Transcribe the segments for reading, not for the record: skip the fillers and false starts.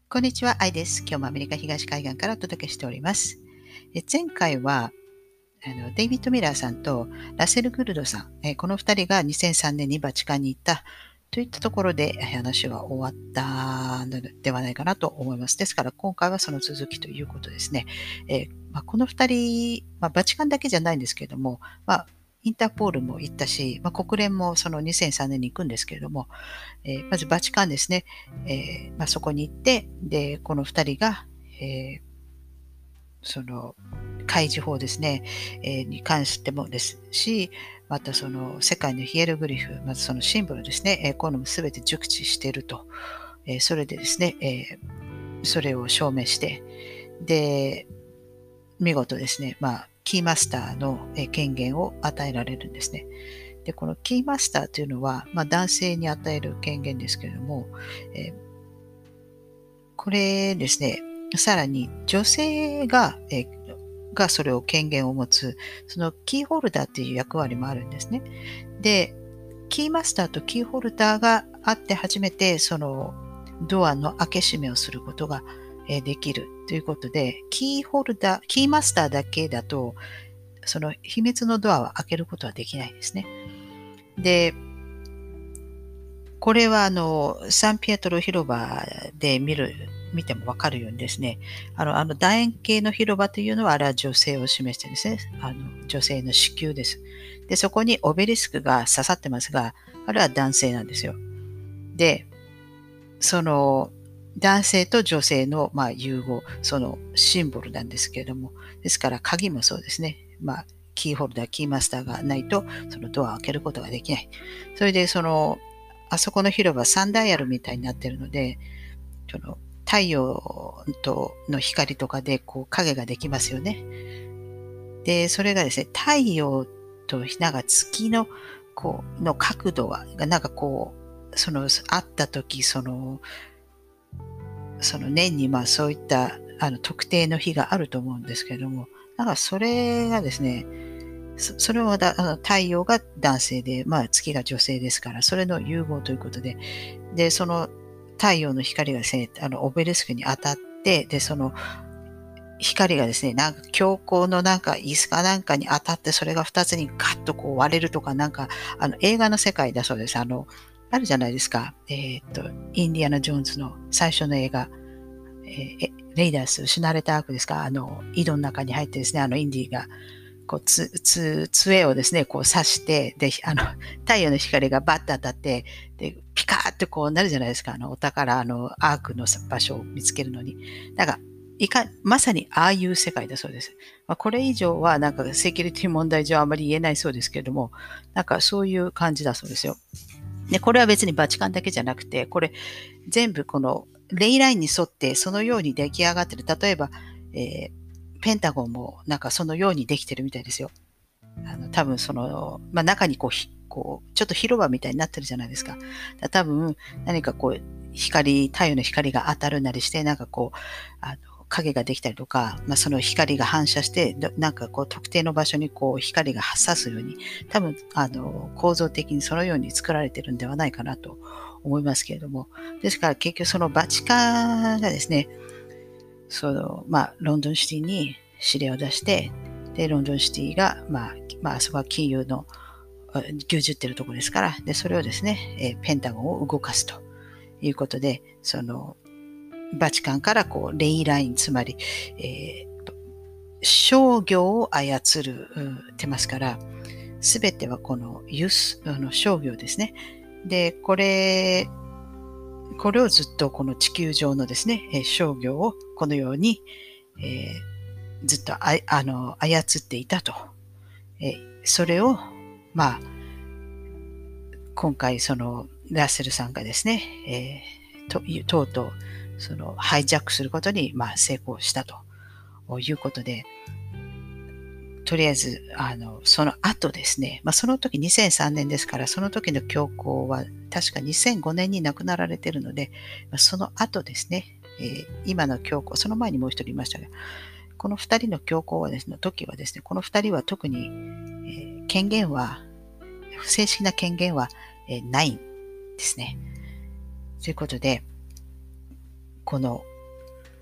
こんにちは、アイです。今日もアメリカ東海岸からお届けしております。前回はデイビッド・ミラーさんとラッセル・グルドさん、この2人が2003年にバチカンに行ったといったところで話は終わったのではないかなと思います。ですから今回はその続きということですね。この2人、バチカンだけじゃないんですけれども、インターポールも行ったし、国連もその2003年に行くんですけれども、まずバチカンですね。そこに行って、で、この2人が、その開示法ですね、に関してもですし、またその世界のヒエログリフ、まずそのシンボルですね、こういうのも全て熟知していると。それでですね、それを証明して、で、見事ですね、キーマスターの権限を与えられるんですね。で、このキーマスターというのは、男性に与える権限ですけれども、えーこれですね、さらに女性がそれを権限を持つ、そのキーホルダーっていう役割もあるんですね。で、キーマスターとキーホルダーがあって初めて、そのドアの開け閉めをすることができるということで、キーマスターだけだと、その秘密のドアは開けることはできないですね。で、これはサンピエトロ広場で見てもわかるようにですね、楕円形の広場というのは、あれは女性を示してですね、女性の子宮です。で、そこにオベリスクが刺さってますが、あれは男性なんですよ。で、その、男性と女性の、融合、そのシンボルなんですけれども、ですから鍵もそうですね。キーホルダー、キーマスターがないと、そのドアを開けることができない。それで、あそこの広場サンダイヤルみたいになっているので、その太陽の光とかでこう影ができますよね。で、それがですね、太陽となんか月のの角度がなんか会った時、その年にそういった特定の日があると思うんですけれども、なんかそれがですね、それは太陽が男性で、月が女性ですから、それの融合ということで、で、その太陽の光がですね、オベリスクに当たって、で、その光がですね、なんか強光のなんか椅子かなんかに当たって、それが二つにガッとこう割れるとか、なんか、映画の世界だそうです。あるじゃないですか。インディアナ・ジョーンズの最初の映画、レイダース、失われた悪ですか。井戸の中に入ってですね、インディが、杖をですね、こう刺して、で、太陽の光がバッと当たって、で、ピカーってこうなるじゃないですか。お宝、アークの場所を見つけるのに。なんか、まさにああいう世界だそうです。これ以上は、なんか、セキュリティ問題上あまり言えないそうですけれども、なんか、そういう感じだそうですよ。で、これは別にバチカンだけじゃなくて、これ、全部この、レイラインに沿って、そのように出来上がってる。例えば、ペンタゴンもなんかそのようにできてるみたいですよ。多分中にちょっと広場みたいになってるじゃないですか。多分、何か太陽の光が当たるなりして、なんか影ができたりとか、その光が反射して、なんか特定の場所に光が差すように、多分、構造的にそのように作られてるんではないかなと思いますけれども。ですから結局そのバチカンがですね、ロンドンシティに指令を出して、で、ロンドンシティが、あそこは金融の牛耳ってるところですから、で、それをですね、ペンタゴンを動かすということで、バチカンからレイライン、つまり、商業を操るってますから、すべてはこの商業ですね。で、これをずっとこの地球上のですね、商業をこのように、ずっと操っていたと。それを、今回ラッセルさんがですね、とうとうハイジャックすることに成功したということで、とりあえずその後ですね、その時2003年ですから、その時の教皇は確か2005年に亡くなられているので、その後ですね、今の教皇、その前にもう一人いましたが、この二人の教皇はですね、時はですね、この二人は特に、正式な権限は、ないんですね。ということで、この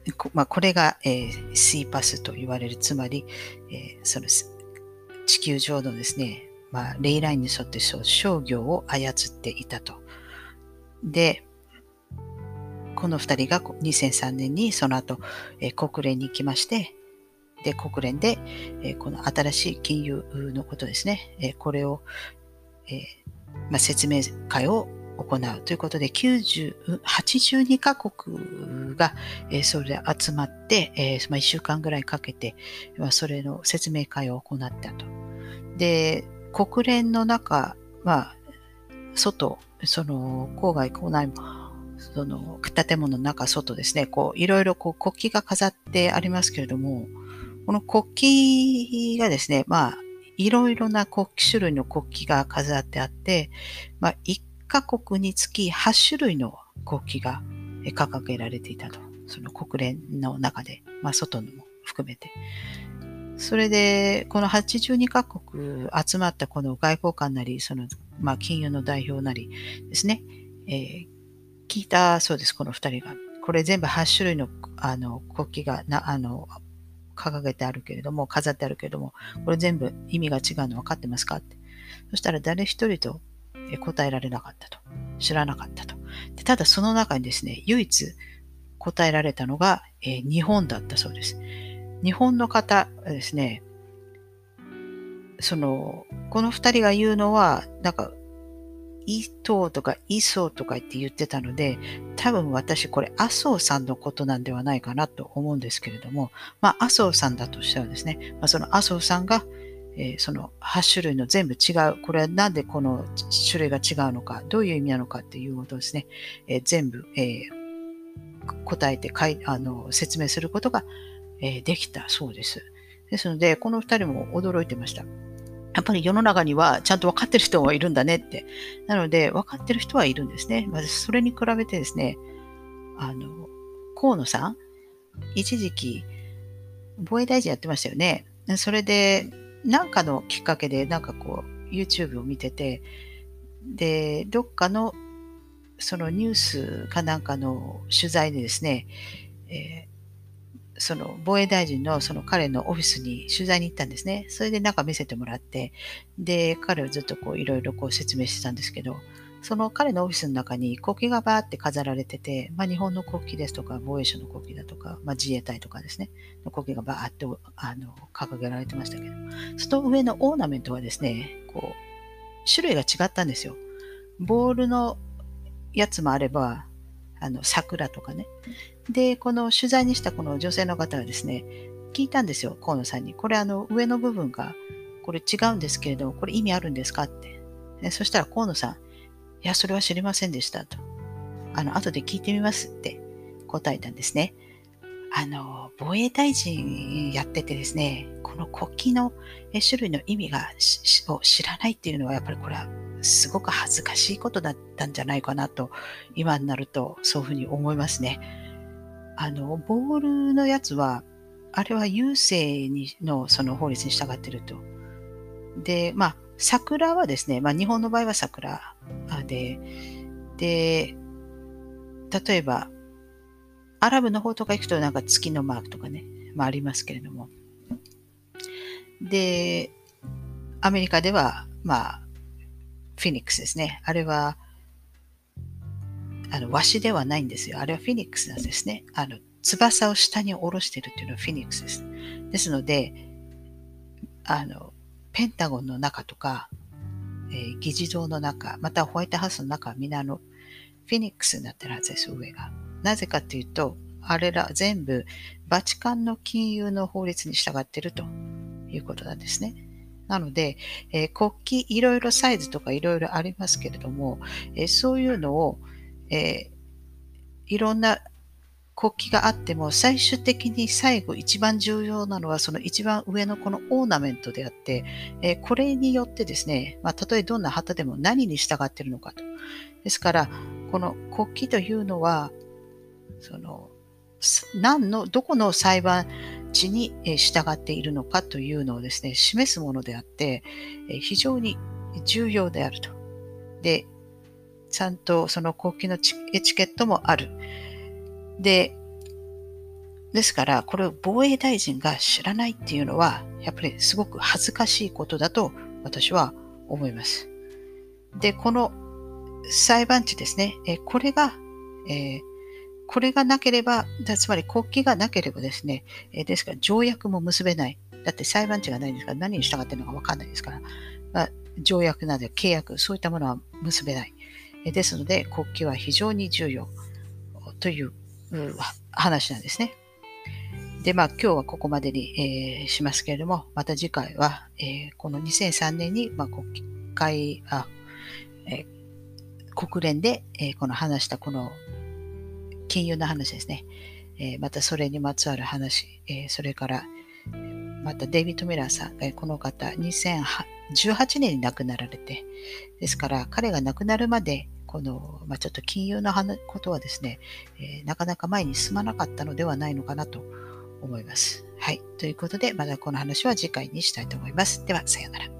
これが、シーパスと言われる、つまり、その地球上のですね、レイラインに沿って商業を操っていたと。で、この2人が2003年にその後、国連に行きまして、で、国連で、この新しい金融のことですね、これを、説明会を行うということで、82カ国が、それで集まって、1週間ぐらいかけて、それの説明会を行ったと。で、国連の中、外、その郊外、構内も、その建物の中、外ですね、いろいろ国旗が飾ってありますけれども、この国旗がですね、いろいろな種類の国旗が飾ってあって、1カ国につき8種類の国旗が掲げられていたと。その国連の中で、外のも含めて。それで、この82カ国集まったこの外交官なり、その、金融の代表なりですね、聞いたそうです、この2人が。これ全部8種類の、国旗が掲げてあるけれども、飾ってあるけれども、これ全部意味が違うの分かってますかって。そしたら誰一人と答えられなかったと。知らなかったと。で、ただその中にですね、唯一答えられたのが、日本だったそうです。日本の方ですね、この二人が言うのは、伊藤とか伊藤とか言ってたので、多分私これ麻生さんのことなんではないかなと思うんですけれども、麻生さんだとしたらですね、その麻生さんが、その8種類の全部違う、これはなんでこの種類が違うのか、どういう意味なのかっていうことをですね、全部、答えて説明することが、できたそうです。ですので、この2人も驚いてました。やっぱり世の中にはちゃんと分かってる人もいるんだねって。なので、分かってる人はいるんですね。それに比べてですね、河野さん、一時期、防衛大臣やってましたよね。それで、なんかのきっかけで、YouTube を見てて、で、どっかの、そのニュースかなんかの取材でですね、その防衛大臣のその彼のオフィスに取材に行ったんですね。それで見せてもらって、で、彼はずっといろいろ説明してたんですけど、その彼のオフィスの中に国旗がバーって飾られてて、日本の国旗ですとか、防衛省の国旗だとか、自衛隊とかですね、の国旗がバーって掲げられてましたけど、その上のオーナメントはですね、種類が違ったんですよ。ボールのやつもあれば、桜とかね。で、この取材にしたこの女性の方はですね、聞いたんですよ、河野さんに。これ上の部分が、これ違うんですけれども、これ意味あるんですかって。そしたら河野さん、いや、それは知りませんでしたと。後で聞いてみますって答えたんですね。防衛大臣やっててですね、この国旗の種類の意味を知らないっていうのは、やっぱりこれはすごく恥ずかしいことだったんじゃないかなと、今になるとそういうふうに思いますね。ボールのやつは、あれは郵政のその法律に従っていると。で、桜はですね、日本の場合は桜で、例えば、アラブの方とか行くと月のマークとかね、ありますけれども。で、アメリカでは、フィニックスですね。あれは、ワシではないんですよ。あれはフィニックスなんですね。翼を下に下ろしているというのはフィニックスです。ですので、ペンタゴンの中とか、議事堂の中、またホワイトハウスの中はみんなフィニックスになってるはずです、上が。なぜかというと、あれら全部バチカンの金融の法律に従っているということなんですね。なので、国旗いろいろサイズとかいろいろありますけれども、そういうのを、いろんな国旗があっても、最終的に最後一番重要なのはその一番上のこのオーナメントであって、これによってですね、たとえどんな旗でも何に従っているのかと。ですから、この国旗というのは、どこの裁判地に従っているのかというのをですね、示すものであって、非常に重要であると。で、ちゃんとその国旗のエチケットもある。で、 ですから、これを防衛大臣が知らないっていうのは、やっぱりすごく恥ずかしいことだと私は思います。で、この裁判地ですね、これがなければ、つまり国旗がなければですね、ですから条約も結べない。だって裁判地がないんですから何に従っているのか分かんないですから、条約など契約、そういったものは結べない。ですので、国旗は非常に重要という話なんですね。で、今日はここまでに、しますけれども、また次回は、この2003年に、国会、国連で、この話したこの金融の話ですね。またそれにまつわる話、それから、またデイビッド・ミラーさん、この方、2018年に亡くなられて、ですから彼が亡くなるまで、この、ちょっと金融のことはですね、なかなか前に進まなかったのではないのかなと思います。はい。ということで、またこの話は次回にしたいと思います。では、さようなら。